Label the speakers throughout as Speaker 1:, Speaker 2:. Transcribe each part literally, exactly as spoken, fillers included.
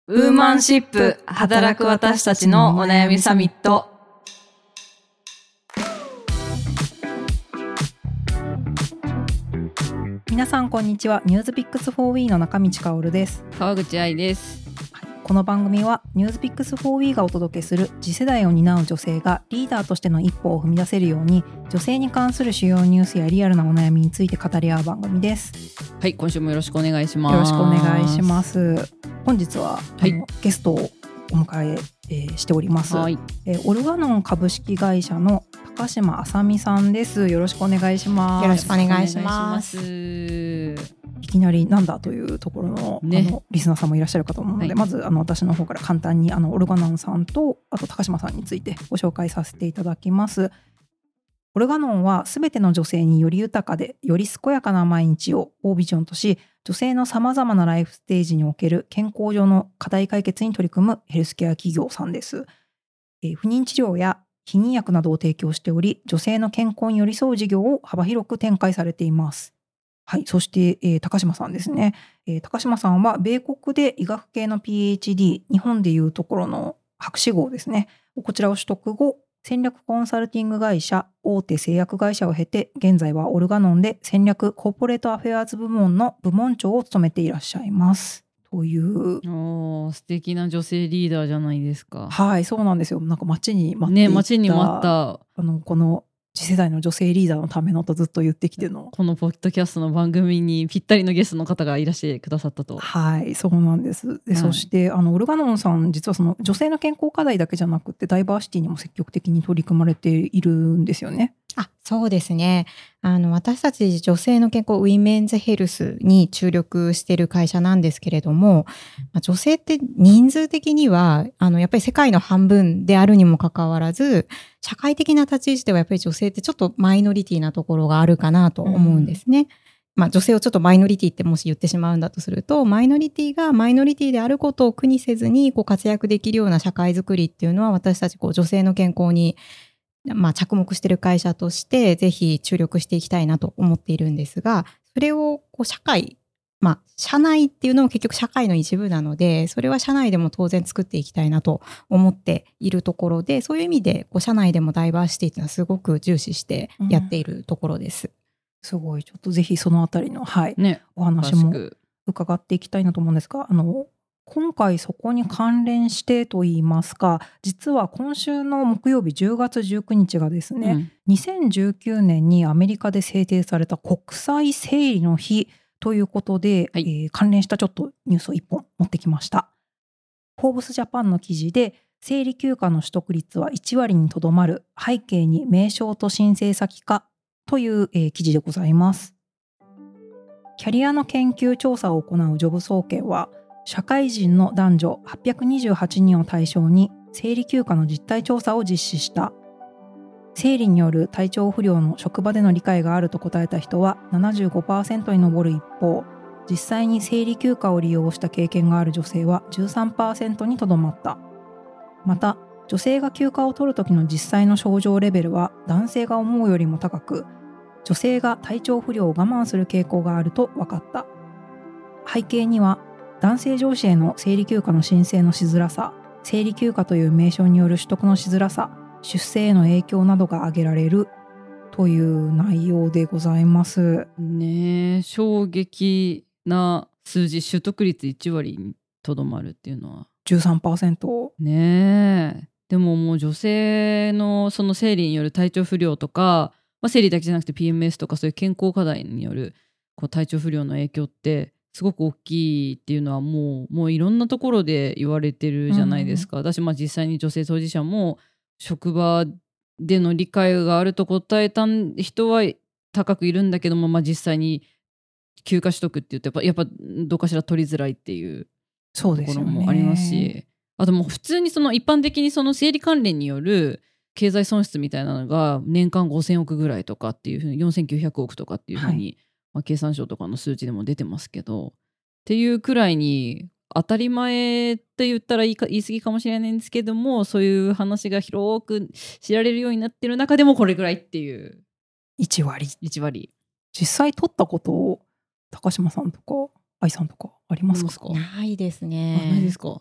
Speaker 1: ウーマンシップ働く私たちのお悩みサミット。
Speaker 2: 皆さんこんにちは。ニュースピックス フォーウィー の中道香です。
Speaker 1: 川口愛です。
Speaker 2: この番組はニュースピックス フォーウィー がお届けする次世代を担う女性がリーダーとしての一歩を踏み出せるように、女性に関する主要ニュースやリアルなお悩みについて語り合う番組です。
Speaker 1: はい、今週もよろしくお願いします。
Speaker 2: よろしくお願いします。本日は、
Speaker 1: はい、
Speaker 2: あのゲストをお迎ええー、しております、
Speaker 1: はい
Speaker 2: えー、オルガノン株式会社の高島あさみさんです。よろしくお願いします。
Speaker 3: よろしくお願いします。
Speaker 2: いきなりなんだというところ の,、ね、あのリスナーさんもいらっしゃるかと思うので、はい、まずあの私の方から簡単にあのオルガノンさんとあと高島さんについてご紹介させていただきます。オルガノンはすべての女性により豊かでより健やかな毎日をビジョンとし、女性のさまざまなライフステージにおける健康上の課題解決に取り組むヘルスケア企業さんです。えー、不妊治療や避妊薬などを提供しており、女性の健康に寄り添う事業を幅広く展開されています。はい、そして、えー、高島さんですね、えー、高島さんは米国で医学系の ピーエイチディー、日本でいうところの博士号ですね、こちらを取得後、戦略コンサルティング会社、大手製薬会社を経て、現在はオルガノンで戦略コーポレートアフェアーズ部門の部門長を務めていらっしゃいますという。
Speaker 1: おー、素敵な女性リーダーじゃないですか。
Speaker 2: はい、そうなんですよ。なんか待ちに待っていた、
Speaker 1: ね、待ちに待った
Speaker 2: あのこの次世代の女性リーダーのためのとずっと言ってきての
Speaker 1: このポッドキャストの番組にぴったりのゲストの方がいらしてくださったと。
Speaker 2: はい、そうなんです。で、はい、そしてあのオルガノンさん、実はその女性の健康課題だけじゃなくてダイバーシティにも積極的に取り組まれているんですよね。
Speaker 3: あ、そうですね。あの私たち女性の健康ウィメンズヘルスに注力している会社なんですけれども、まあ、女性って人数的にはあのやっぱり世界の半分であるにもかかわらず、社会的な立ち位置ではやっぱり女性ってちょっとマイノリティなところがあるかなと思うんですね。うん、まあ、女性をちょっとマイノリティってもし言ってしまうんだとすると、マイノリティがマイノリティであることを苦にせずにこう活躍できるような社会づくりっていうのは、私たちこう女性の健康にまあ、着目している会社としてぜひ注力していきたいなと思っているんですが、それをこう社会、まあ、社内っていうのも結局社会の一部なので、それは社内でも当然作っていきたいなと思っているところで、そういう意味でこう社内でもダイバーシティっていうのはすごく重視してやっているところです。うん、
Speaker 2: すごい、ちょっとぜひそのあたりの、はい
Speaker 1: ね、
Speaker 2: お話も伺っていきたいなと思うんですが、あの今回そこに関連してといいますか、実は今週の木曜日じゅうがつじゅうくにちがですね、うん、にせんじゅうきゅうねんにアメリカで制定された国際生理の日ということで、はい、えー、関連したちょっとニュースをいっぽん持ってきました。フォーブスジャパンの記事で、生理休暇の取得率はいちわりにとどまる、背景に名称と申請先かという、えー、記事でございます。キャリアの研究調査を行うジョブ総研は、社会人の男女はっぴゃくにじゅうはちにんを対象に生理休暇の実態調査を実施した。生理による体調不良の職場での理解があると答えた人は ななじゅうごパーセント に上る一方、実際に生理休暇を利用した経験がある女性は じゅうさんパーセント にとどまった。また、女性が休暇を取る時の実際の症状レベルは男性が思うよりも高く、女性が体調不良を我慢する傾向があると分かった。背景には、男性上司への生理休暇の申請のしづらさ、生理休暇という名称による取得のしづらさ、出生への影響などが挙げられるという内容でございます。
Speaker 1: ねえ、衝撃な数字、取得率いちわりにとどまるっていうのは
Speaker 2: じゅうさんパーセント。
Speaker 1: ねえ、でももう女性のその生理による体調不良とか、まあ、生理だけじゃなくて ピーエムエス とかそういう健康課題によるこう体調不良の影響ってすごく大きいっていうのはもう、もういろんなところで言われてるじゃないですか。うん、私、まあ実際に女性当事者も職場での理解があると答えた人は高くいるんだけども、まあ、実際に休暇取得って言ってやっぱ、やっぱどうかしら取りづらいっていうところもありますし、あともう普通にその一般的にその生理関連による経済損失みたいなのが年間ごせんおくぐらいとかっていうふうによんせんきゅうひゃくおくとかっていうふうに、はい、まあ、経産省とかの数値でも出てますけどっていうくらいに当たり前って言ったら言いか、言い過ぎかもしれないんですけども、そういう話が広く知られるようになってる中でもこれぐらいっていう
Speaker 2: いちわり
Speaker 1: いちわり
Speaker 2: 実際取ったことを高島さんとか愛さんとかありますか？
Speaker 3: ないですね。
Speaker 1: あ、ないですか。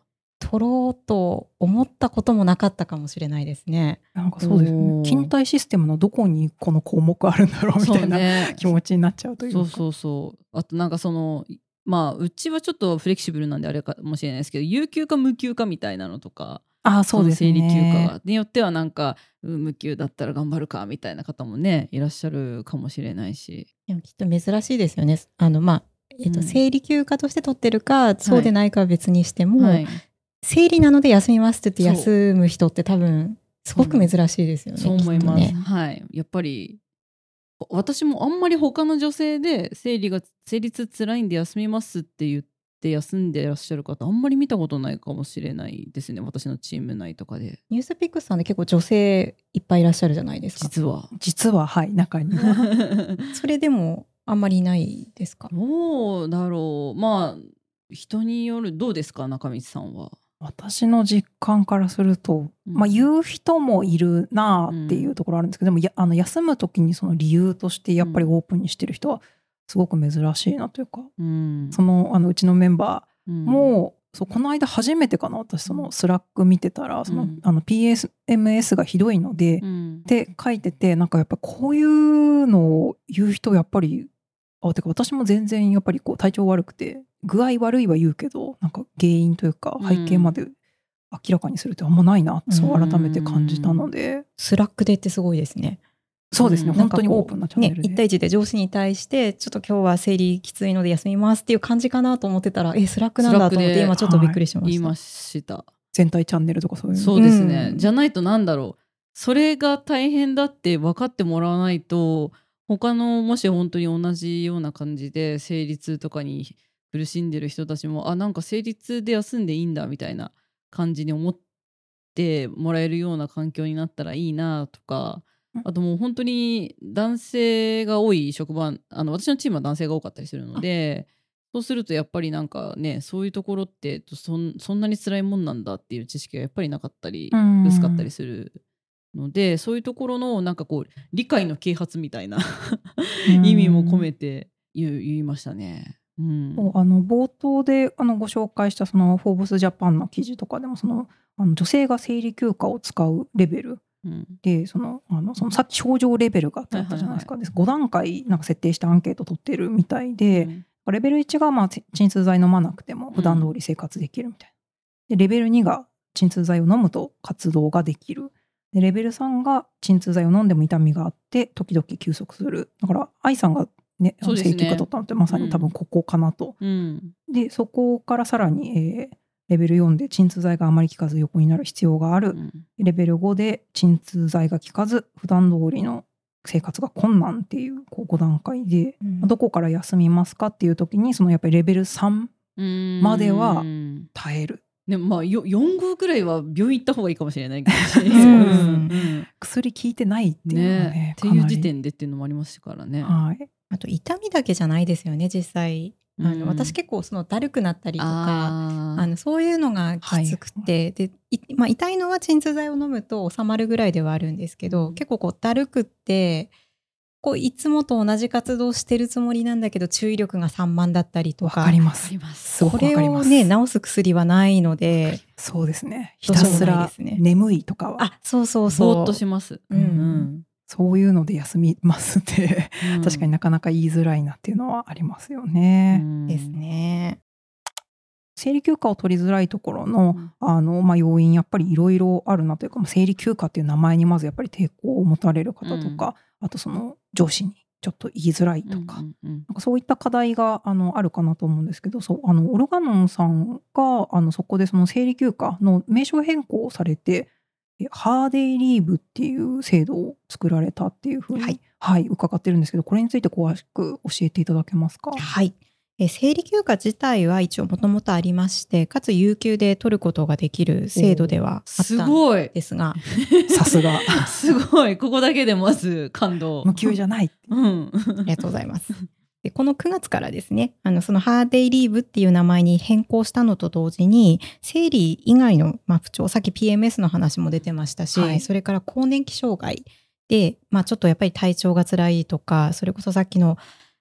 Speaker 3: 取ろうと思ったこともなかったかもしれないですね。
Speaker 2: なんかそうですね。
Speaker 1: おー
Speaker 2: 勤怠システムのどこにこの項目あるんだろうみたいな、
Speaker 1: そうね
Speaker 2: 気持ちになっちゃうというか。
Speaker 1: そうそうそうあとなんかそのまあうちはちょっとフレキシブルなんであれかもしれないですけど有給か無給かみたいなのとか
Speaker 2: あ、そうですね。
Speaker 1: その生理休暇がによってはなんかうん無給だったら頑張るかみたいな方もねいらっしゃるかもしれないし
Speaker 3: でもきっと珍しいですよね。あのまあえっと
Speaker 1: うん
Speaker 3: 生理休暇として取ってるか、そうでないかは別にしても、
Speaker 1: はい
Speaker 3: 生理なので休みますって言って休む人って多分すごく珍しいですよね。
Speaker 1: そう思います、
Speaker 3: きっとね。
Speaker 1: はいやっぱり私もあんまり他の女性で生理が生理痛つらいんで休みますって言って休んでいらっしゃる方あんまり見たことないかもしれないですね私のチーム内とかで
Speaker 3: ニュースピックスさんで結構女性いっぱいいらっしゃるじゃないですか。
Speaker 1: 実は
Speaker 2: 実ははい、中には。
Speaker 3: それでもあんまりいないですか？
Speaker 1: どうだろうまあ人によるどうですか中道さんは。
Speaker 2: 私の実感からすると、
Speaker 1: うん
Speaker 2: まあ、言う人もいるなっていうところあるんですけど、でもやあの休む時にその理由としてやっぱりオープンにしてる人はすごく珍しいなというか、
Speaker 1: うん
Speaker 2: そのあのうちのメンバー
Speaker 1: うん
Speaker 2: もうそうこの間初めてかな私そのスラック見てたらその、
Speaker 1: うん
Speaker 2: あの ピーエムエス がひどいので、
Speaker 1: うん
Speaker 2: って書いててなんかやっぱこういうのを言う人やっぱりあてか私も全然やっぱりこう体調悪くて具合悪いは言うけどなんか原因というか背景まで明らかにするってあんまないなってそう改めて感じたので、
Speaker 3: スラックでってすごいですね。
Speaker 2: そうですね、
Speaker 1: うん
Speaker 2: 本当にオープンなチャンネルで、
Speaker 3: ね、いち対いちで上司に対してちょっと今日は生理きついので休みますっていう感じかなと思ってたらえスラックなんだと思って今ちょっとびっくりしました。
Speaker 1: 言いました
Speaker 2: 全体チャンネルとかそういうの
Speaker 1: そうですね、
Speaker 3: うん
Speaker 1: じゃないとなんだろうそれが大変だって分かってもらわないと他のもし本当に同じような感じで生理痛とかに苦しんでる人たちもあなんか生理痛で休んでいいんだみたいな感じに思ってもらえるような環境になったらいいなとかあともう本当に男性が多い職場あの私のチームは男性が多かったりするのでそうするとやっぱりなんかねそういうところってそ ん, そんなに辛いもんなんだっていう知識がやっぱりなかったり
Speaker 2: うん
Speaker 1: 薄かったりするのでそういうところのなんかこう理解の啓発みたいな意味も込めて言う言いましたね。うん、
Speaker 2: そうあの冒頭であのご紹介したそのフォーブスジャパンの記事とかでもそのあの女性が生理休暇を使うレベル
Speaker 1: うん
Speaker 2: でそのあのそのさっき症状レベルがあったじゃないですか、ご段階なんか設定してアンケート取ってるみたいで、
Speaker 1: うん
Speaker 2: レベルいちがまあ鎮痛剤飲まなくても普段通り生活できるみたいな、でレベルにが鎮痛剤を飲むと活動ができる、でレベルさんが鎮痛剤を飲んでも痛みがあって時々休息する。だから愛さんがね
Speaker 1: そうですね
Speaker 2: 生理休暇取ったのってまさに多分ここかなと、
Speaker 1: うん
Speaker 2: でそこからさらに、えーレベルよんで鎮痛剤があまり効かず横になる必要がある、
Speaker 1: うん
Speaker 2: レベルごで鎮痛剤が効かず普段通りの生活が困難っていう、こうご段階で、
Speaker 3: うん
Speaker 2: どこから休みますかっていう時にそのやっぱりレベルさん
Speaker 1: うん
Speaker 2: までは耐える、
Speaker 1: でもまあよよん号くらいは病院行った方がいいかもしれないけどね
Speaker 3: うん
Speaker 1: うん
Speaker 2: 薬効いてないっていうのはね
Speaker 1: ねって
Speaker 2: かなり
Speaker 1: いう時点でっていうのもありますからね。
Speaker 2: はい
Speaker 3: あと痛みだけじゃないですよね実際。あの、
Speaker 1: うん
Speaker 3: 私結構そのだるくなったりとか
Speaker 1: あー
Speaker 3: あのそういうのがきつくて、でいまあ、痛いのは鎮痛剤を飲むと収まるぐらいではあるんですけど、
Speaker 1: うん
Speaker 3: 結構こうだるくってこういつもと同じ活動してるつもりなんだけど注意力が散漫だったりと
Speaker 2: わ
Speaker 3: か
Speaker 2: かります
Speaker 1: あります
Speaker 2: すごく
Speaker 3: これを
Speaker 2: わかります
Speaker 3: ね治す薬はないので、
Speaker 2: そうですね、ひ
Speaker 3: どうしようもない
Speaker 2: たすら
Speaker 3: ですね
Speaker 2: 眠いとかは
Speaker 3: あそうそうそう
Speaker 1: ぼーっとします。
Speaker 3: うん
Speaker 2: そういうので休みますって
Speaker 1: うん
Speaker 2: 確かになかなか言いづらいなっていうのはありますよね、
Speaker 1: うん
Speaker 3: ですね。
Speaker 2: 生理休暇を取りづらいところの、
Speaker 1: うん
Speaker 2: あのまあ、要因やっぱりいろいろあるなというか、生理休暇っていう名前にまずやっぱり抵抗を持たれる方とか、あとその上司にちょっと言いづらいとか、
Speaker 1: うんうん
Speaker 2: なんかそういった課題があのあるかなと思うんですけど、そうあのオルガノンさんがあのそこでその生理休暇の名称変更をされて、えハーデイリーブっていう制度を作られたっていうふうに、
Speaker 3: はい
Speaker 2: はい、伺ってるんですけど、これについて詳しく教えていただけますか？
Speaker 3: はいえ生理休暇自体は一応もともとありましてかつ有給で取ることができる制度ではあった
Speaker 1: す
Speaker 3: ん
Speaker 1: ごい
Speaker 3: ですが
Speaker 2: さすが
Speaker 1: すごいここだけでまず感動。
Speaker 2: 無給じゃない
Speaker 1: うん
Speaker 3: ありがとうございます。でこのくがつからですねあのそのハーデイリーブっていう名前に変更したのと同時に生理以外の、まあ、不調さっき ピーエムエス の話も出てましたし、
Speaker 2: はい
Speaker 3: それから更年期障害で、まあ、ちょっとやっぱり体調が辛いとかそれこそさっきの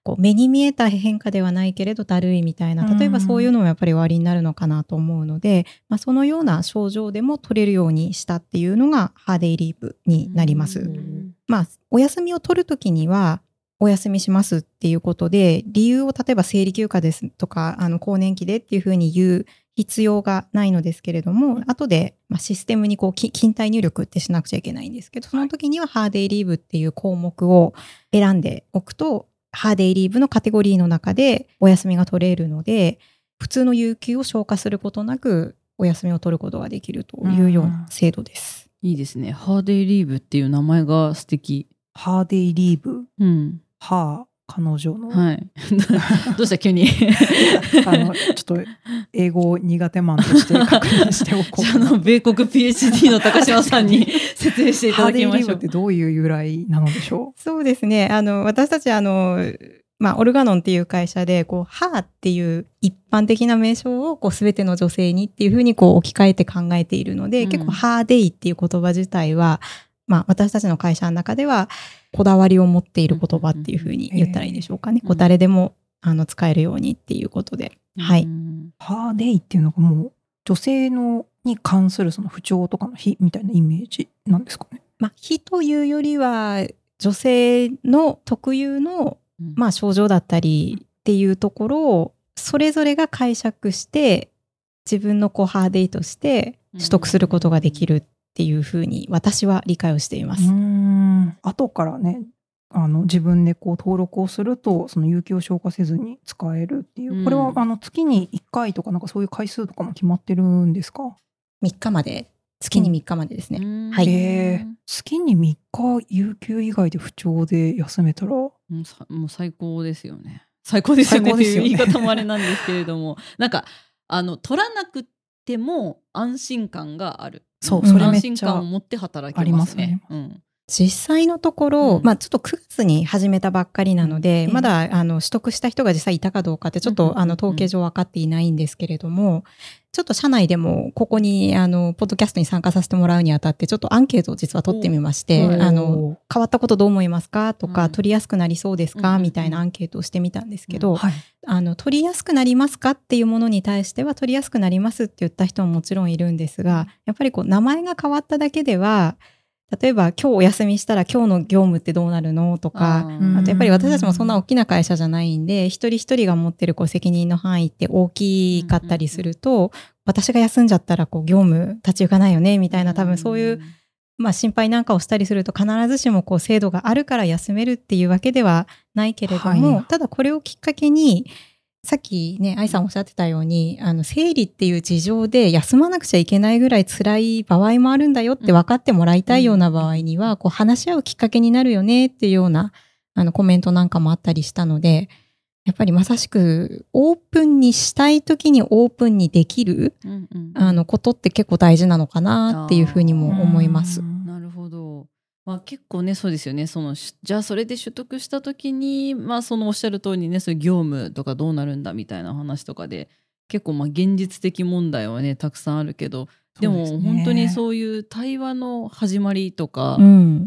Speaker 3: こう目に見えた変化ではないけれどだるいみたいな、例えばそういうのもやっぱり終わりになるのかなと思うので、まあ、そのような症状でも取れるようにしたっていうのがハーデイリーブになります。まあ、お休みを取るときにはお休みしますっていうことで、理由を例えば生理休暇ですとかあの更年期でっていうふうに言う必要がないのですけれども、後で、まあ、システムにこう勤怠入力ってしなくちゃいけないんですけど、その時にはハーデイリーブっていう項目を選んでおくと、ハーデイリーブのカテゴリーの中でお休みが取れるので、普通の有給を消化することなくお休みを取ることができるというような制度です。
Speaker 1: いいですね。ハーデイリーブっていう名前が素敵。
Speaker 2: ハーデイリーブ、
Speaker 1: うん、
Speaker 2: はあ彼女の、
Speaker 1: はい、どうした急に
Speaker 2: あのちょっと英語苦手マンとして確認しておこう
Speaker 1: あの米国 ピーエイチディー の高島さんに説明していただきましょう。
Speaker 2: ハーデイリーブってどういう由来なのでしょう。
Speaker 3: そうですね、あの私たちあのまあ、オルガノンっていう会社でこうハーっていう一般的な名称をこう全ての女性にっていうふうにこう置き換えて考えているので、うん、結構ハーデイっていう言葉自体は、まあ、私たちの会社の中ではこだわりを持っている言葉っていうふうに言ったらいいでしょうかね、うん、こう誰でもあの使えるようにっていうことで、うん、はい、
Speaker 2: ハーデイっていうのがもう女性のに関するその不調とかの日みたいなイメージなんですかね。
Speaker 3: まあ、日というよりは女性の特有のまあ、症状だったりっていうところをそれぞれが解釈して自分のこうハーデイとして取得することができるっていうふうに私は理解をしています。
Speaker 2: うーん、後からねあの自分でこう登録をするとその有給を消化せずに使えるっていう、これはあの月にいっかいとかなんかそういう回数とかも決まってるんですか？
Speaker 3: みっかまで、月にみっかまでですね、うん、はい、
Speaker 2: えー、月にみっか有給以外で不調で休めたら
Speaker 1: もうさもう最高ですよね。最高ですよねっていう言い方もあれなんですけれどもなんかあの取らなくても安心感がある。
Speaker 2: そう、それめっちゃ
Speaker 1: 安心感を持って働けますね。
Speaker 2: ありますね。
Speaker 1: うん、
Speaker 3: 実際のところ、うん、まあ、ちょっとくがつに始めたばっかりなので、うん、まだあの取得した人が実際いたかどうかってちょっと、うん、あの統計上分かっていないんですけれども、ちょっと社内でもここにあのポッドキャストに参加させてもらうにあたってちょっとアンケートを実は取ってみまして、あの変わったことどう思いますかとか、うん、取りやすくなりそうですか、うん、みたいなアンケートをしてみたんですけど、うん、はい、あの取りやすくなりますかっていうものに対しては取りやすくなりますって言った人ももちろんいるんですが、やっぱりこう名前が変わっただけでは例えば今日お休みしたら今日の業務ってどうなるのとか、 あ, あとやっぱり私たちもそんな大きな会社じゃないんで一人一人が持ってるこう責任の範囲って大きかったりすると、うんうんうん、私が休んじゃったらこう業務立ち行かないよねみたいな、多分そういう、まあ、心配なんかをしたりすると必ずしもこう制度があるから休めるっていうわけではないけれども、はい、ただこれをきっかけにさっきね、愛さんおっしゃってたように、あの生理っていう事情で休まなくちゃいけないぐらい辛い場合もあるんだよって分かってもらいたいような場合には、こう話し合うきっかけになるよねっていうようなあのコメントなんかもあったりしたので、やっぱりまさしくオープンにしたい時にオープンにできる、うんうん、あのことって結構大事なのかなっていうふうにも思います。
Speaker 1: なるほど。まあ、結構ねそうですよね。そのじゃあそれで取得した時に、まあ、そのおっしゃる通りにね、そういう業務とかどうなるんだみたいな話とかで結構まあ現実的問題はねたくさんあるけど、でも本当にそういう対話の始まりとか、うん、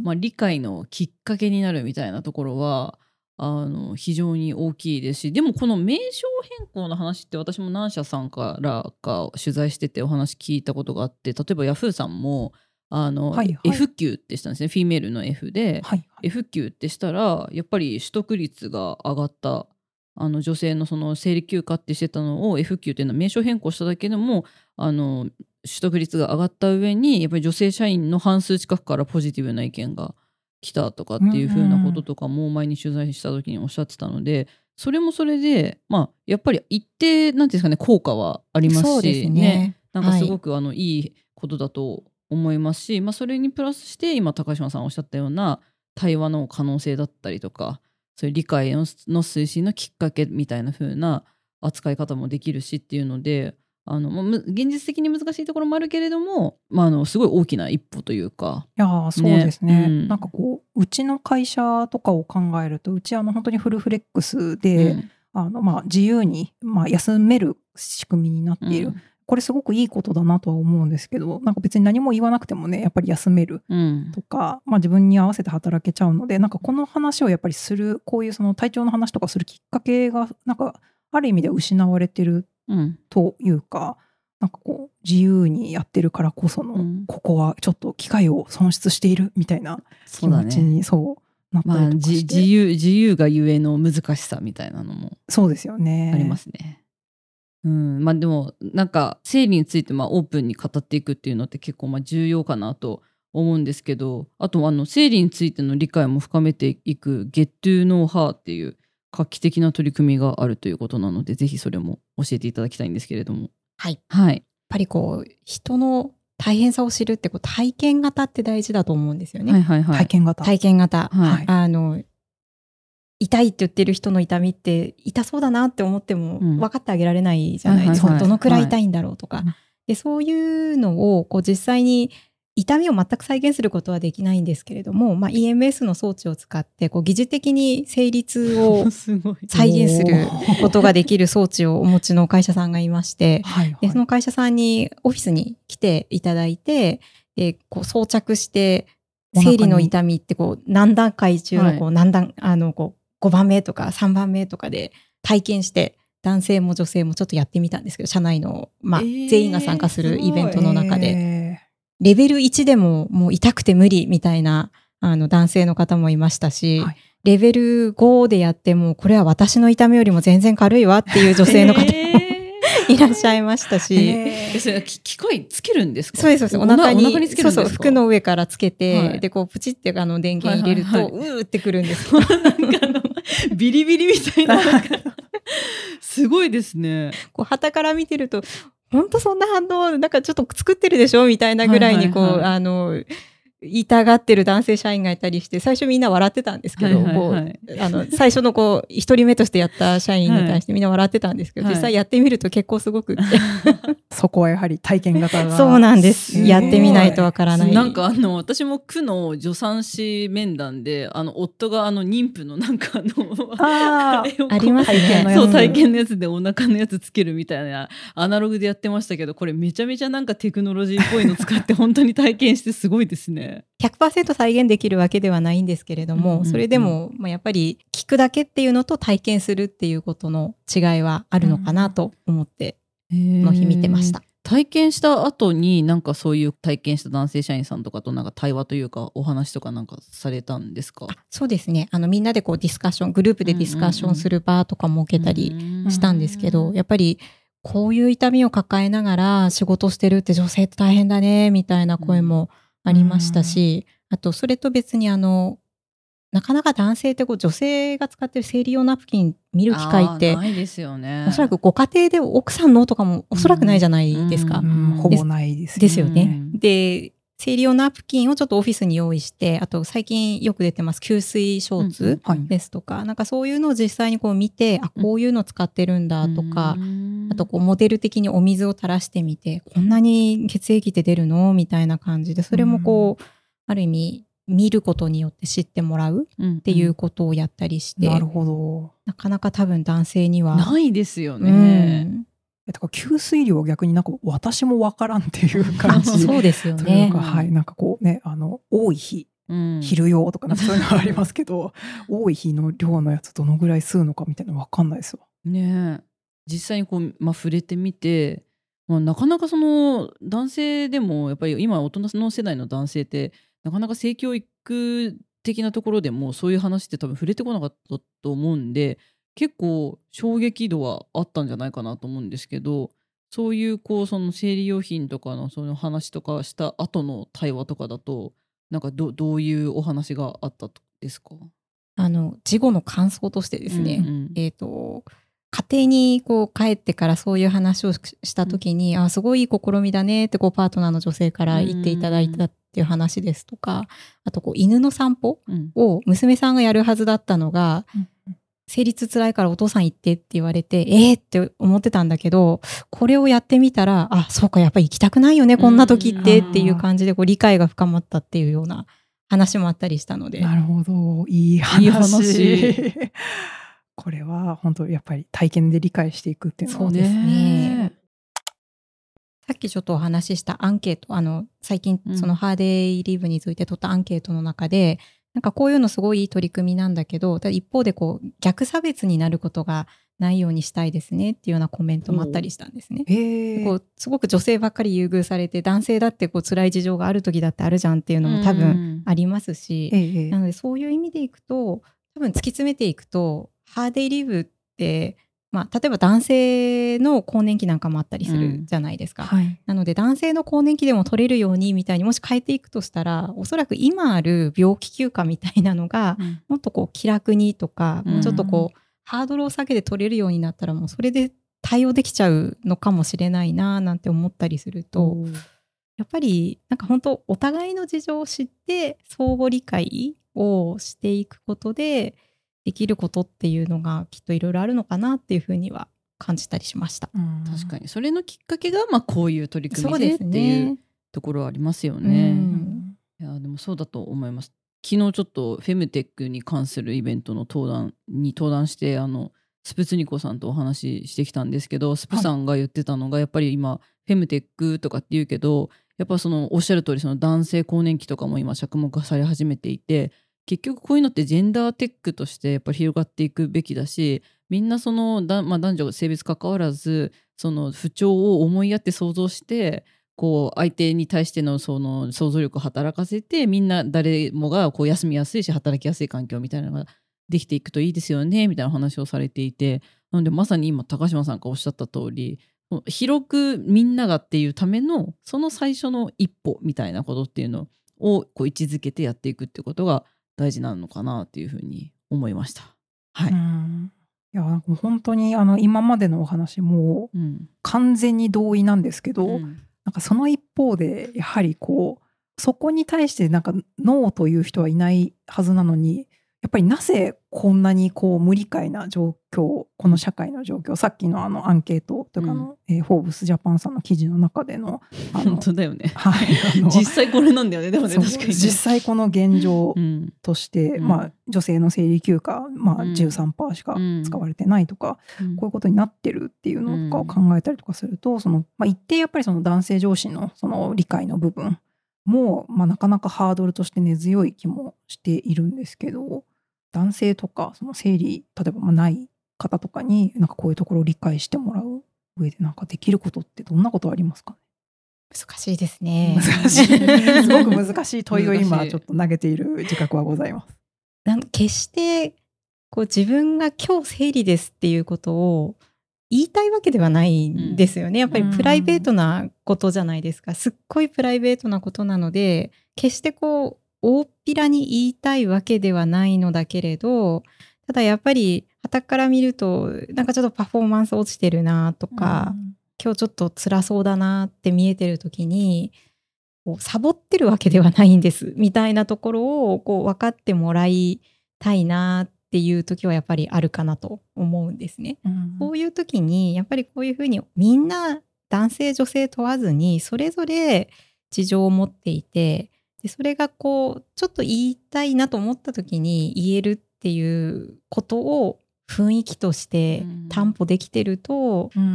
Speaker 1: まあ、理解のきっかけになるみたいなところはあの非常に大きいですし、でもこの名称変更の話って私も何社さんからか取材しててお話聞いたことがあって、例えばヤフーさんもあの、はいはい、エフ 級ってしたんですね。フィメールの F で、はいはい、エフ 級ってしたらやっぱり取得率が上がった。あの女性のその生理休暇ってしてたのを エフ 級っていうのは名称変更しただけでもあの取得率が上がった上にやっぱり女性社員の半数近くからポジティブな意見が来たとかっていう風なこととかも前に取材した時におっしゃってたので、それもそれで、まあ、やっぱり一定なんていうんですかね、効果はありますし、
Speaker 3: そうですね、ね、
Speaker 1: なんかすごく、はい、あのいいことだと思いますし、まあ、それにプラスして今高島さんおっしゃったような対話の可能性だったりとか、そういう理解 の, の推進のきっかけみたいな風な扱い方もできるしっていうので、あの、まあ、現実的に難しいところもあるけれども、まあ、あのすごい大きな一歩というか。
Speaker 2: いやそうですね、うん、なんかこううちの会社とかを考えると、うちあの本当にフルフレックスで、うん、あのまあ自由に、まあ、休める仕組みになっている、うん、 これすごくいいことだなとは思うんですけど、なんか別に何も言わなくてもねやっぱり休めるとか、うんまあ、自分に合わせて働けちゃうので、なんかこの話をやっぱりする、こういうその体調の話とかするきっかけがなんかある意味で失われてるというか、うんなんかこう自由にやってるからこその、うん、ここはちょっと機会を損失しているみたいな気持ちにそうなったりとかして、まあ、
Speaker 1: 自由自由がゆえの難しさみたいなのも
Speaker 2: そうですよね
Speaker 1: ありますね。うんまあ、でもなんか生理についてまあオープンに語っていくっていうのって結構まあ重要かなと思うんですけど、あとあの生理についての理解も深めていく Get to Know Her っていう画期的な取り組みがあるということなので、ぜひそれも教えていただきたいんですけれども。
Speaker 3: はい、
Speaker 1: はい、
Speaker 3: やっぱりこう人の大変さを知るってこう体験型って大事だと思うんですよね。
Speaker 1: はいはいはい、
Speaker 2: 体験型
Speaker 3: 体験型、
Speaker 1: はい、
Speaker 3: あの痛いって言ってる人の痛みって痛そうだなって思っても分かってあげられないじゃないですか、
Speaker 1: うんはいはいはい、
Speaker 3: どのくらい痛いんだろうとか、
Speaker 2: はい、
Speaker 3: でそういうのをこう実際に痛みを全く再現することはできないんですけれども、まあ、イーエムエス の装置を使ってこう疑似的に生理痛を再現することができる装置をお持ちの会社さんがいまして、はいはい、でその会社さんにオフィスに来ていただいて、でこう装着して生理の痛みってこう何段階中のこう何段、はい、あのこうごばんめとかさんばんめとかで体験して、男性も女性もちょっとやってみたんですけど、社内の、まあえー、全員が参加するイベントの中で、えーレベルいちでももう痛くて無理みたいなあの男性の方もいましたし、はい、レベルごでやってもこれは私の痛みよりも全然軽いわっていう女性の方も、えー、いらっしゃいましたし、
Speaker 1: えー、それ機械つけるんですか？
Speaker 3: そうですそうです。お腹に、
Speaker 1: お腹につけるんですか？
Speaker 3: そうそう、服の上からつけて、
Speaker 1: はい、
Speaker 3: でこうプチってあの電源入れると、はいはいはい、うーってくるんです
Speaker 1: なんかあのビリビリみたいなすごいですね。
Speaker 3: こう旗から見てると本当そんな反応なんかちょっと作ってるでしょみたいなぐらいにこう、はいはいはい、あの痛がってる男性社員がいたりして、最初みんな笑ってたんですけど、はいはいはい、こうあの最初のこう一人目としてやった社員に対してみんな笑ってたんですけど、はい、実際やってみると結構すごくって
Speaker 2: そこはやはり体験型が
Speaker 3: そうなんです。やってみないとわからない。
Speaker 1: なんかあの私も区の助産師面談で、あの夫があの妊婦のなんかあの
Speaker 3: あありますね。
Speaker 1: そう体験のやつでお腹のやつつけるみたいなアナログでやってましたけど、これめちゃめちゃなんかテクノロジーっぽいの使って本当に体験してすごいですね。
Speaker 3: ひゃくパーセント 再現できるわけではないんですけれども、うんうんうん、それでも、まあ、やっぱり聞くだけっていうのと体験するっていうことの違いはあるのかなと思って、この日見てました。
Speaker 1: 体験した後になんかそういう体験した男性社員さんとかとなんか対話というかお話とかなんかされたんですか？
Speaker 3: そうですね、あのみんなでこうディスカッション、グループでディスカッションする場とか設けたりしたんですけど、やっぱりこういう痛みを抱えながら仕事してるって女性って大変だねみたいな声もありましたし、あとそれと別にあのなかなか男性ってこう女性が使ってる生理用ナプキン見る機会って
Speaker 1: ないですよね。
Speaker 3: おそらくご家庭で奥さんのとかもおそらくないじゃないですか。
Speaker 2: うんうん、ほぼないですよね。
Speaker 3: ですよね。で生理用ナプキンをちょっとオフィスに用意して、あと最近よく出てます吸水ショーツですとか、うんはい、なんかそういうのを実際にこう見て、あこういうの使ってるんだとか、うん、あとこうモデル的にお水を垂らしてみて、こんなに血液って出るのみたいな感じで、それもこう、うん、ある意味見ることによって知ってもらうっていうことをやったりして、
Speaker 2: うんうん、なるほど。
Speaker 3: なかなか多分男性には
Speaker 1: ないですよね。
Speaker 3: うん
Speaker 2: だから吸水量は逆になんか私もわからんっていう感じ
Speaker 3: そうですよね。
Speaker 2: はい、なんかこうね、あの多い日、うん、昼用とかなんかそういうのがありますけど多い日の量のやつどのぐらい吸うのかみたいなのわかんないですよ
Speaker 1: ね。実際にこう、まあ、触れてみて、まあ、なかなかその男性でもやっぱり今大人の世代の男性ってなかなか性教育的なところでもそういう話って多分触れてこなかったと思うんで、結構衝撃度はあったんじゃないかなと思うんですけど、そういうこうその生理用品とかのその話とかした後の対話とかだとなんか ど, どういうお話があったですか？
Speaker 3: あの事後の感想としてですね、うんうん、えーと家庭にこう帰ってからそういう話をした時に、うん、あすごいいい試みだねってこうパートナーの女性から言っていただいたっていう話ですとか、あとこう犬の散歩を娘さんがやるはずだったのが、うん生理痛つらいからお父さん行ってって言われて、えーって思ってたんだけど、これをやってみたら、あ、そうか、やっぱり行きたくないよね、こんな時ってっていう感じでこう理解が深まったっていうような話もあったりしたので。
Speaker 2: なるほど、いい話。いい話これは本当やっぱり体験で理解していくっていうのは
Speaker 3: そうですね。 さっきちょっとお話ししたアンケート、あの最近そのハーデイリーブについて取ったアンケートの中で、うん、なんかこういうのすごいいい取り組みなんだけど、ただ一方でこう逆差別になることがないようにしたいですねっていうようなコメントもあったりしたんですね。こうすごく女性ばっかり優遇されて、男性だってこう辛い事情がある時だってあるじゃんっていうのも多分ありますし、なのでそういう意味でいくと、多分突き詰めていくとハーデイリーブって、まあ、例えば男性の更年期なんかもあったりするじゃないですか、うんはい、なので男性の更年期でも取れるようにみたいにもし変えていくとしたら、おそらく今ある病気休暇みたいなのが、うん、もっとこう気楽にとか、うん、もうちょっとこうハードルを下げて取れるようになったら、もうそれで対応できちゃうのかもしれないななんて思ったりすると、やっぱりなんか本当お互いの事情を知って相互理解をしていくことでできることっていうのがきっといろいろあるのかなっていうふうには感じたりしました。
Speaker 1: 確かにそれのきっかけが、まあ、こういう取り組みでっていうところはありますよね。うん、いやでもそうだと思います。昨日ちょっとフェムテックに関するイベントの登壇に登壇して、あのスプツニコさんとお話ししてきたんですけど、スプさんが言ってたのが、やっぱり今フェムテックとかって言うけど、やっぱそのおっしゃる通り、その男性更年期とかも今着目され始めていて、結局こういうのってジェンダーテックとしてやっぱり広がっていくべきだし、みんなそのだ、まあ、男女性別関わらずその不調を思いやって想像して、こう相手に対してのその想像力を働かせて、みんな誰もがこう休みやすいし働きやすい環境みたいなのができていくといいですよねみたいな話をされていて、なのでまさに今高島さんがおっしゃった通り、広くみんながっていうためのその最初の一歩みたいなことっていうのをこう位置づけてやっていくってことが大事なのかなっていうふうに思いました。はい。
Speaker 2: うんいやなんか本当にあの今までのお話も完全に同意なんですけど、うん、なんかその一方でやはりこうそこに対してなんかノーという人はいないはずなのに、やっぱりなぜこんなにこう無理解な状況、この社会の状況、さっきのあのアンケートとかの、うんえー、フォーブスジャパンさんの記事の中でのあの
Speaker 1: 本当だよね、
Speaker 2: はい、あの
Speaker 1: 実際これなんだよね。でもね、確かにね、
Speaker 2: 実際この現状として、うんまあ、女性の生理休暇、まあ、じゅうさんパーセント しか使われてないとか、うん、こういうことになってるっていうのとかを考えたりとかすると、その、まあ、一定やっぱりその男性上司のその理解の部分も、まあ、なかなかハードルとして根強い気もしているんですけど、男性とかその生理例えばまあない方とかになんかこういうところを理解してもらう上でなんかできることってどんなことありますかね。
Speaker 3: 難しいですね。
Speaker 2: 難しいすごく難しい問いを今ちょっと投げている自覚はございます。
Speaker 3: なん決してこう自分が今日生理ですっていうことを言いたいわけではないんですよね、うん、やっぱりプライベートなことじゃないですか。すっごいプライベートなことなので、決してこう大っぴらに言いたいわけではないのだけれど、ただやっぱり傍から見るとなんかちょっとパフォーマンス落ちてるなとか、うん、今日ちょっと辛そうだなって見えてる時にこうサボってるわけではないんですみたいなところをこう分かってもらいたいなっていう時はやっぱりあるかなと思うんですね、うん、そういう時にやっぱりこういうふうにみんな男性女性問わずにそれぞれ事情を持っていて、でそれがこうちょっと言いたいなと思った時に言えるっていうことを雰囲気として担保できてると、うん、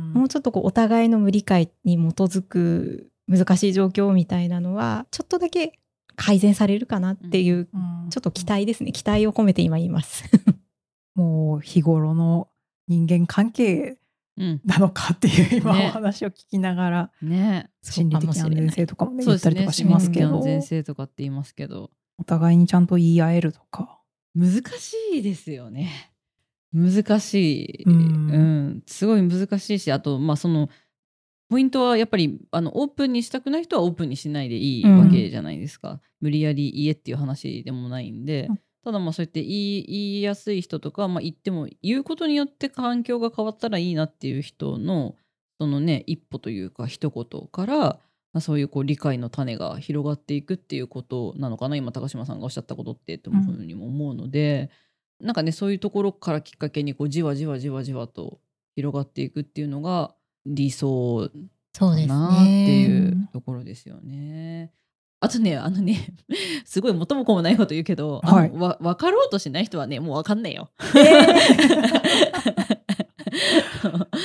Speaker 3: もうちょっとこうお互いの無理解に基づく難しい状況みたいなのはちょっとだけ改善されるかなっていう、うん、ちょっと期待ですね。期待を込めて今言います
Speaker 2: もう日頃の人間関係なのかっていう、今お話を聞きながら、ね、心理的安全性とかもね言ったりとかしますけど、
Speaker 1: 安全性とかって言いますけど、
Speaker 2: お互いにちゃんと言い合えるとか
Speaker 1: 難しいですよね。難しい、うん、うん、すごい難しいし、あとまあそのポイントはやっぱりあのオープンにしたくない人はオープンにしないでいいわけじゃないですか、うん、無理やり言えっていう話でもないんで、うん、ただまあそうやって言い、言いやすい人とか、まあ、言っても言うことによって環境が変わったらいいなっていう人のそのね一歩というか一言から、まあ、そういうこう理解の種が広がっていくっていうことなのかな、今高島さんがおっしゃったことってというふうにも思うので、うん、なんかねそういうところからきっかけにこうじわじわじわじわと広がっていくっていうのが理想かなっていうところですよね。あとね、あのね、すごい元も子もないこと言うけど、はい、あのわ分かろうとしない人はね、もう分かんないよ。えー、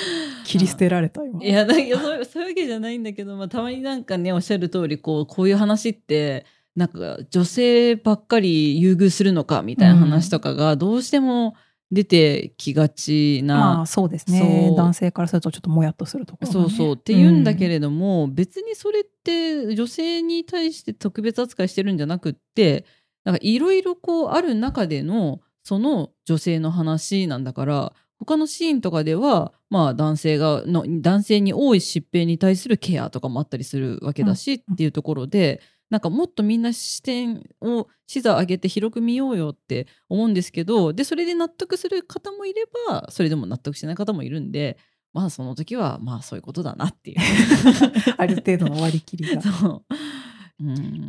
Speaker 2: 切り捨てられた今。
Speaker 1: いや、なんかそうそういうわけじゃないんだけど、まあ、たまになんかねおっしゃる通りこうこういう話ってなんか女性ばっかり優遇するのかみたいな話とかがどうしても出てきがちな、
Speaker 2: まあそうですね。
Speaker 1: そう
Speaker 2: 男性からするとちょっともやっとするところがね。
Speaker 1: そうそうって言うんだけれども、別にそれって女性に対して特別扱いしてるんじゃなくって、なんかいろいろこうある中でのその女性の話なんだから、他のシーンとかではまあ男性がの男性に多い疾病に対するケアとかもあったりするわけだし、
Speaker 2: うん
Speaker 1: っていうところで、なんかもっとみんな視点を視座上げて広く見ようよって思うんですけど、でそれで納得する方もいればそれでも納得しない方もいるんで、まあその時はまあそういうことだなっていう
Speaker 2: ある程度の割り切りが。
Speaker 1: そう、うん、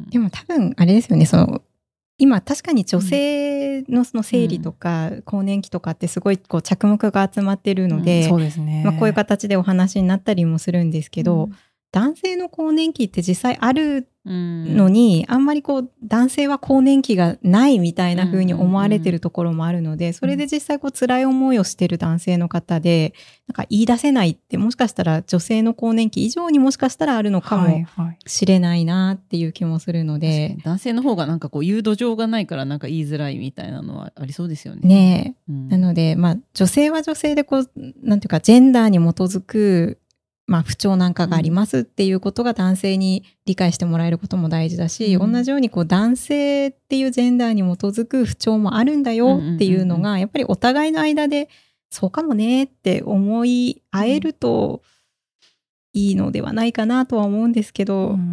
Speaker 3: でも多分あれですよね、その今確かに女性のその生理とか更年期とかってすごいこう着目が集まってるので、
Speaker 2: そうですね。
Speaker 3: まあ、こういう形でお話になったりもするんですけど、
Speaker 2: うん
Speaker 3: 男性の更年期って実際あるのに、あんまりこう男性は更年期がないみたいな風に思われてるところもあるので、それで実際こう辛い思いをしてる男性の方でなんか言い出せないって、もしかしたら女性の更年期以上にもしかしたらあるのかもしれないなっていう気もするので、はいはい、
Speaker 1: 男性の方がなんかこう言う土壌がないからなんか言いづらいみたいなのはありそうですよね。
Speaker 3: ねえ、
Speaker 1: うん、
Speaker 3: なのでまあ女性は女性でこうなんていうかジェンダーに基づくまあ、不調なんかがありますっていうことが男性に理解してもらえることも大事だし、うん、同じようにこう男性っていうジェンダーに基づく不調もあるんだよっていうのがやっぱりお互いの間でそうかもねって思い合えるといいのではないかなとは思うんですけど、うん、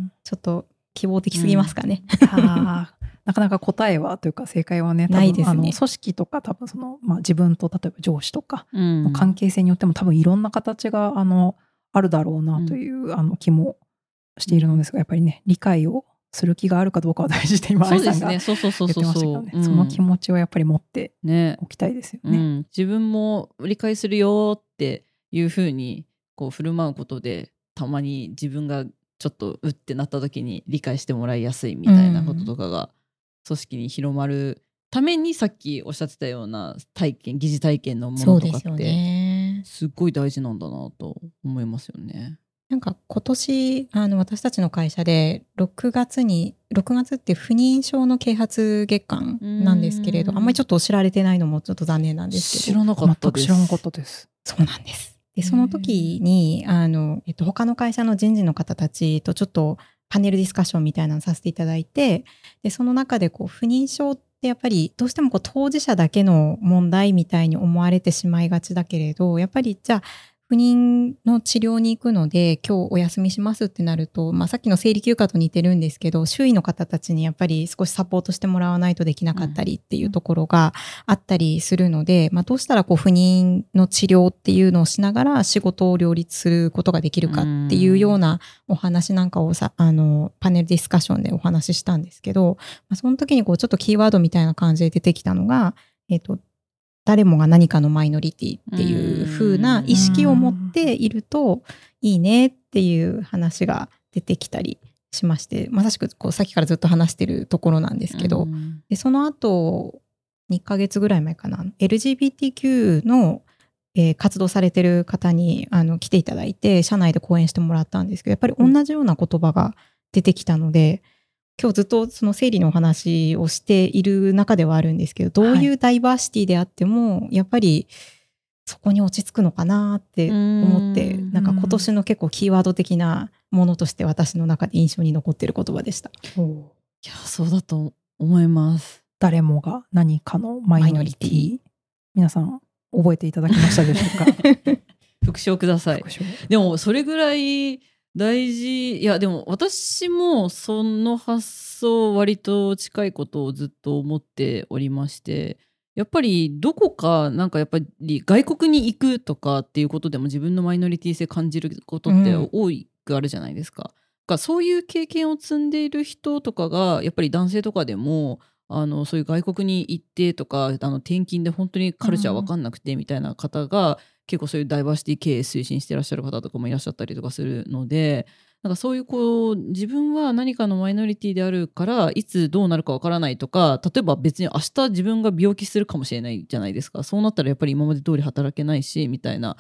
Speaker 3: ちょっと希望的すぎますかね。
Speaker 2: うん、あなかなか答えはというか正解はね、多分
Speaker 3: ないですね。
Speaker 2: あの組織とか多分その、まあ、自分と例えば上司とかの関係性によっても多分いろんな形があのあるだろうなという、うん、あの気もしているのですが、やっぱりね理解をする気があるかどうかは大事で今愛さんが言ってましたけどね、その気持ちをやっぱり持っておきたいですよね。ね、
Speaker 1: うん、自分も理解するよっていうふうにこう振る舞うことで、たまに自分がちょっとうってなった時に理解してもらいやすいみたいなこととかが組織に広まるために、さっきおっしゃってたような体験、疑似体験のものとかってすっごい大事なんだなと思いますよね。
Speaker 3: なんか今年あの私たちの会社でろくがつにろくがつって不妊症の啓発月間なんですけれど、あんまりちょっと知られてないのもちょっと残念なんですけど。
Speaker 1: 知らなかったです。
Speaker 2: 全く知らなかったです。
Speaker 3: そうなんです。でその時にあの、えっと、他の会社の人事の方たちとちょっとパネルディスカッションみたいなのさせていただいて、でその中でこう不妊症ってやっぱりどうしてもこう当事者だけの問題みたいに思われてしまいがちだけれど、やっぱりじゃあ不妊の治療に行くので今日お休みしますってなると、まあ、さっきの生理休暇と似てるんですけど、周囲の方たちにやっぱり少しサポートしてもらわないとできなかったりっていうところがあったりするので、まあ、どうしたらこう不妊の治療っていうのをしながら仕事を両立することができるかっていうようなお話なんかをさあのパネルディスカッションでお話ししたんですけど、まあ、その時にこうちょっとキーワードみたいな感じで出てきたのが、えっと誰もが何かのマイノリティっていう風な意識を持っているといいねっていう話が出てきたりしまして、まさしくこうさっきからずっと話してるところなんですけど、でその後にかげつぐらい前かな エルジービーティーキュー の、えー、活動されてる方にあの来ていただいて社内で講演してもらったんですけど、やっぱり同じような言葉が出てきたので、今日ずっとその生理のお話をしている中ではあるんですけど、どういうダイバーシティであっても、はい、やっぱりそこに落ち着くのかなって思って、なんか今年の結構キーワード的なものとして私の中で印象に残っている言葉でした。
Speaker 1: いやそうだと思います。
Speaker 2: 誰もが何かのマイノリティ、皆さん覚えていただけましたでしょうか。
Speaker 1: 復唱ください。でもそれぐらい大事。いやでも私もその発想割と近いことをずっと思っておりまして、やっぱりどこかなんかやっぱり外国に行くとかっていうことでも自分のマイノリティ性感じることって多くあるじゃないですか。うん、そういう経験を積んでいる人とかがやっぱり男性とかでもあのそういう外国に行ってとかあの転勤で本当にカルチャー分かんなくてみたいな方が、うん結構そういうダイバーシティ経営推進してらっしゃる方とかもいらっしゃったりとかするので、なんかそういうこう自分は何かのマイノリティであるからいつどうなるかわからないとか、例えば別に明日自分が病気するかもしれないじゃないですか。そうなったらやっぱり今まで通り働けないしみたいな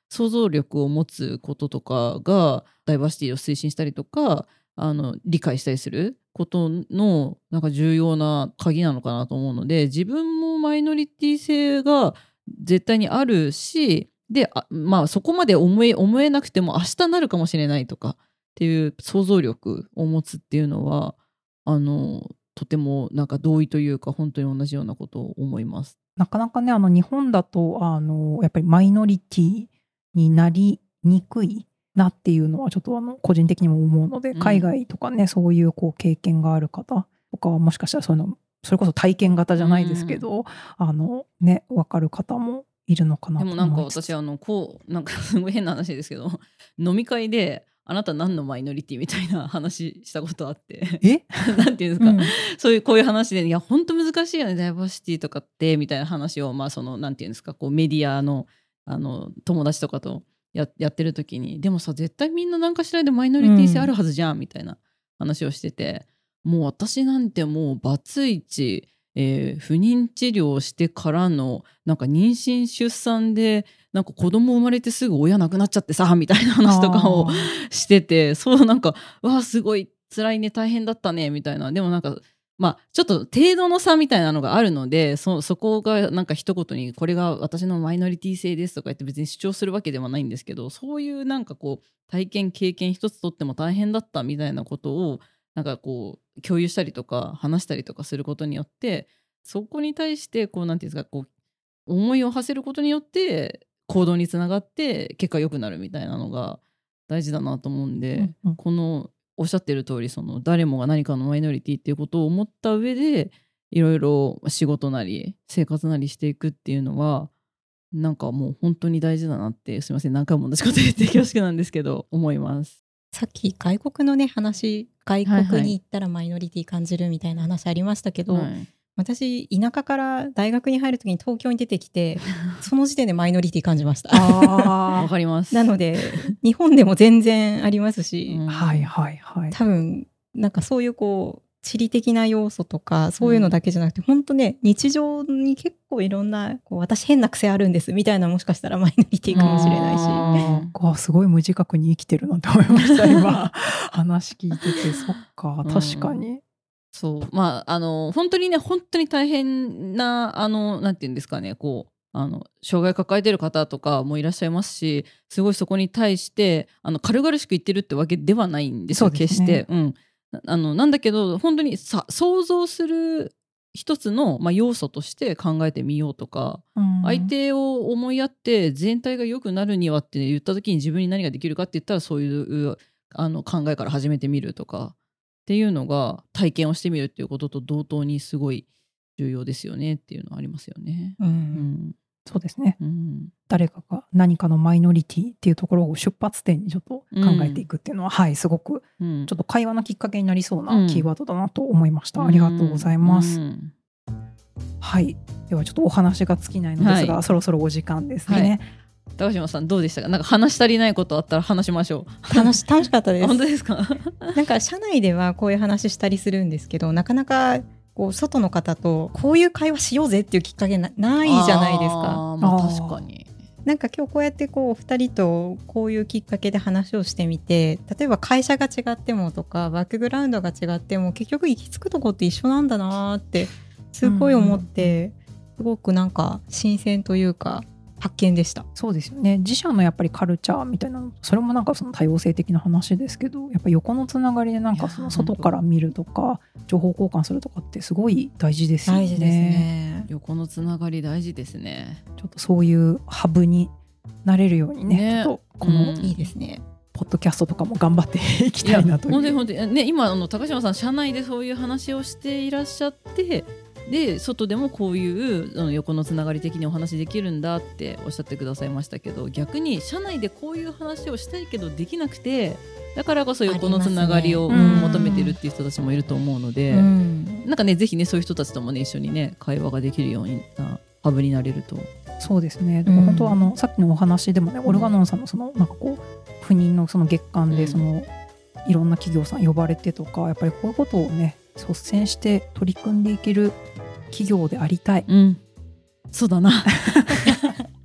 Speaker 1: 想像力を持つこととかがダイバーシティを推進したりとかあの理解したりすることのなんか重要な鍵なのかなと思うので、自分もマイノリティ性が絶対にあるし、であ、まあ、そこまで思え、思えなくても明日なるかもしれないとかっていう想像力を持つっていうのはあのとてもなんか同意というか本当に同じようなことを思います。
Speaker 2: なかなかねあの日本だとあのやっぱりマイノリティになりにくいなっていうのはちょっとあの個人的にも思うので、
Speaker 1: うん
Speaker 2: 海外とかねそういうこう経験がある方とかはもしかしたらそういうのそれこそ体験型じゃないですけど、あのね分かる方もいるのかなと
Speaker 1: でもなんか
Speaker 2: 思いつつ。
Speaker 1: 私あのこうなんかすごい変な話ですけど飲み会であなた何のマイノリティみたいな話したことあって
Speaker 2: え
Speaker 1: なんていうんですか、
Speaker 2: うん
Speaker 1: そういうこういう話でいや本当難しいよねダイバーシティとかってみたいな話をまあそのなんていうんですかこうメディアのあの友達とかとや、やってる時にでもさ絶対みんな何かしらでマイノリティ性あるはずじゃん、みたいな話をしてて、もう私なんてもうバツイチ、えー不妊治療してからのなんか妊娠出産でなんか子供生まれてすぐ親亡くなっちゃってさみたいな話とかを
Speaker 2: あー
Speaker 1: してて、そうなんかわあすごい辛いね大変だったねみたいな、でもなんかまあちょっと程度の差みたいなのがあるので そ, そこがなんか一言にこれが私のマイノリティ性ですとか言って別に主張するわけではないんですけど、そういうなんかこう体験経験一つとっても大変だったみたいなことをなんかこう共有したりとか話したりとかすることによってそこに対してこうなんていうんですかこう思いを馳せることによって行動につながって結果良くなるみたいなのが大事だなと思うんで、
Speaker 2: うんうん
Speaker 1: このおっしゃってる通りその誰もが何かのマイノリティっていうことを思った上でいろいろ仕事なり生活なりしていくっていうのはなんかもう本当に大事だなってすいません何回も同じこと言って恐縮なんですけど思います。
Speaker 3: さっき外国のね話外国に行ったらマイノリティ感じるみたいな話ありましたけど、
Speaker 1: はい
Speaker 3: 私田舎から大学に入る時に東京に出てきてその時点でマイノリティ感じました
Speaker 2: あ
Speaker 1: わかります
Speaker 3: なので日本でも全然ありますし、
Speaker 1: うん
Speaker 2: ーはいはいはい
Speaker 3: 多分なんかそういうこう地理的な要素とかそういうのだけじゃなくて、うん、本当ね日常に結構いろんなこう私変な癖あるんですみたいなもしかしたらマイノリティかもしれないし、
Speaker 1: うん
Speaker 2: あすごい無自覚に生きてるなって思いました今話聞いてて。そっか確かに、
Speaker 1: そうまああの本当にね本当に大変なあのなんていうんですかねこうあの障害抱えてる方とかもいらっしゃいますし、すごいそこに対してあの軽々しく言ってるってわけではないんですよ
Speaker 2: そうですね
Speaker 1: 決して、うん、あのなんだけど本当にさ想像する一つの、まあ、要素として考えてみようとか、
Speaker 2: うん
Speaker 1: 相手を思いやって全体が良くなるにはって言った時に自分に何ができるかって言ったらそういうあの考えから始めてみるとかっていうのが体験をしてみるっていうことと同等にすごい重要ですよねっていうのはありますよね。
Speaker 3: うん
Speaker 1: うん
Speaker 2: そうですね、
Speaker 1: うん
Speaker 2: 誰かが何かのマイノリティっていうところを出発点にちょっと考えていくっていうのは、うん、はいすごく
Speaker 1: うん
Speaker 2: ちょっと会話のきっかけになりそう
Speaker 1: う
Speaker 2: なんキーワードだなと思いました、ありがとうございます、
Speaker 1: うん
Speaker 2: はいではちょっとお話が尽きないのですが、
Speaker 1: はい
Speaker 2: そろそろお時間ですね、
Speaker 1: はい高島さんどうでしたか？なんか話し足りないことあったら話しましょう。
Speaker 3: 楽し楽しかったです
Speaker 1: 本当ですか？
Speaker 3: なんか社内ではこういう話したりするんですけど、なかなかこう外の方とこういう会話しようぜっていうきっかけ な, ないじゃないですか。
Speaker 1: あーまあ確かに
Speaker 3: なんか今日こうやってこうお二人とこういうきっかけで話をしてみて、例えば会社が違ってもとかバックグラウンドが違っても結局行き着くとこって一緒なんだなってすごい思って、すごくなんか新鮮というか発見でした。
Speaker 2: そうですよね。自社のやっぱりカルチャーみたいなの、それもなんかその多様性的な話ですけど、やっぱ横のつながりでなんかその外から見るとか情報交換するとかってすごい大事ですよね。
Speaker 3: 大事ですね。
Speaker 1: 横のつながり大事ですね。
Speaker 2: ちょっとそういうハブになれるようにね、
Speaker 1: ね
Speaker 2: ちょっとこの、
Speaker 1: うん
Speaker 3: いいですね。
Speaker 2: ポッドキャストとかも頑張っていきたいなという。
Speaker 1: 本当に本当にね、今あの高島さん社内でそういう話をしていらっしゃって、で外でもこういうあの横のつながり的にお話できるんだっておっしゃってくださいましたけど、逆に社内でこういう話をしたいけどできなくて、だからこそ横のつながりを、
Speaker 2: ありますね
Speaker 1: うん求めてるっていう人たちもいると思うので、
Speaker 3: うん
Speaker 1: なんかねぜひねそういう人たちともね一緒にね会話ができるようなハブになれると。
Speaker 2: そうですね。でも本当はあの、さっきのお話でもね、オルガノンさんのそのなんかこう不妊のその月間でその、いろんな企業さん呼ばれてとか、やっぱりこういうことをね率先して取り組んでいける企業でありたい。
Speaker 1: うん、そうだな。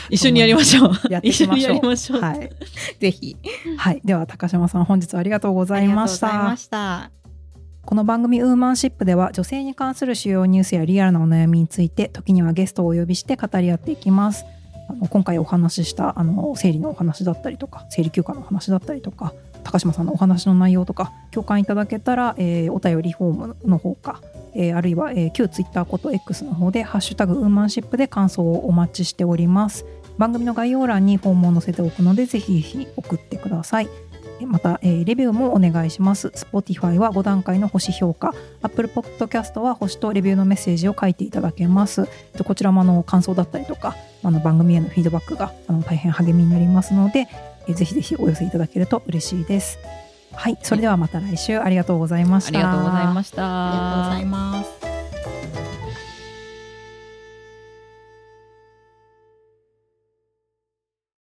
Speaker 1: 一緒にやりましょう。
Speaker 2: やっていきましょう。
Speaker 1: 一緒にやりましょう。
Speaker 2: はい、
Speaker 3: ぜひ。
Speaker 2: はい、では高島さん、本日はありがとうございました。
Speaker 3: ありがとうございました。
Speaker 2: この番組ウーマンシップでは女性に関する主要ニュースやリアルなお悩みについて時にはゲストをお呼びして語り合っていきます。あの今回お話ししたあの生理のお話だったりとか生理休暇のお話だったりとか高島さんのお話の内容とか共感いただけたら、えー、お便りフォームの方か、えー、あるいは、えー、旧ツイッターこと X の方でハッシュタグウーマンシップで感想をお待ちしております。番組の概要欄にフォームを載せておくのでぜひぜひ送ってください。また、えー、レビューもお願いします。 Spotify はご段階の星評価、 Apple Podcast は星とレビューのメッセージを書いていただけます。こちらもあの感想だったりとかあの番組へのフィードバックがあの大変励みになりますので、えー、ぜひぜひお寄せいただけると嬉しいです。はい、それではまた来週ありがとうございました。
Speaker 1: ありがとうございました。
Speaker 3: ありがとうございます。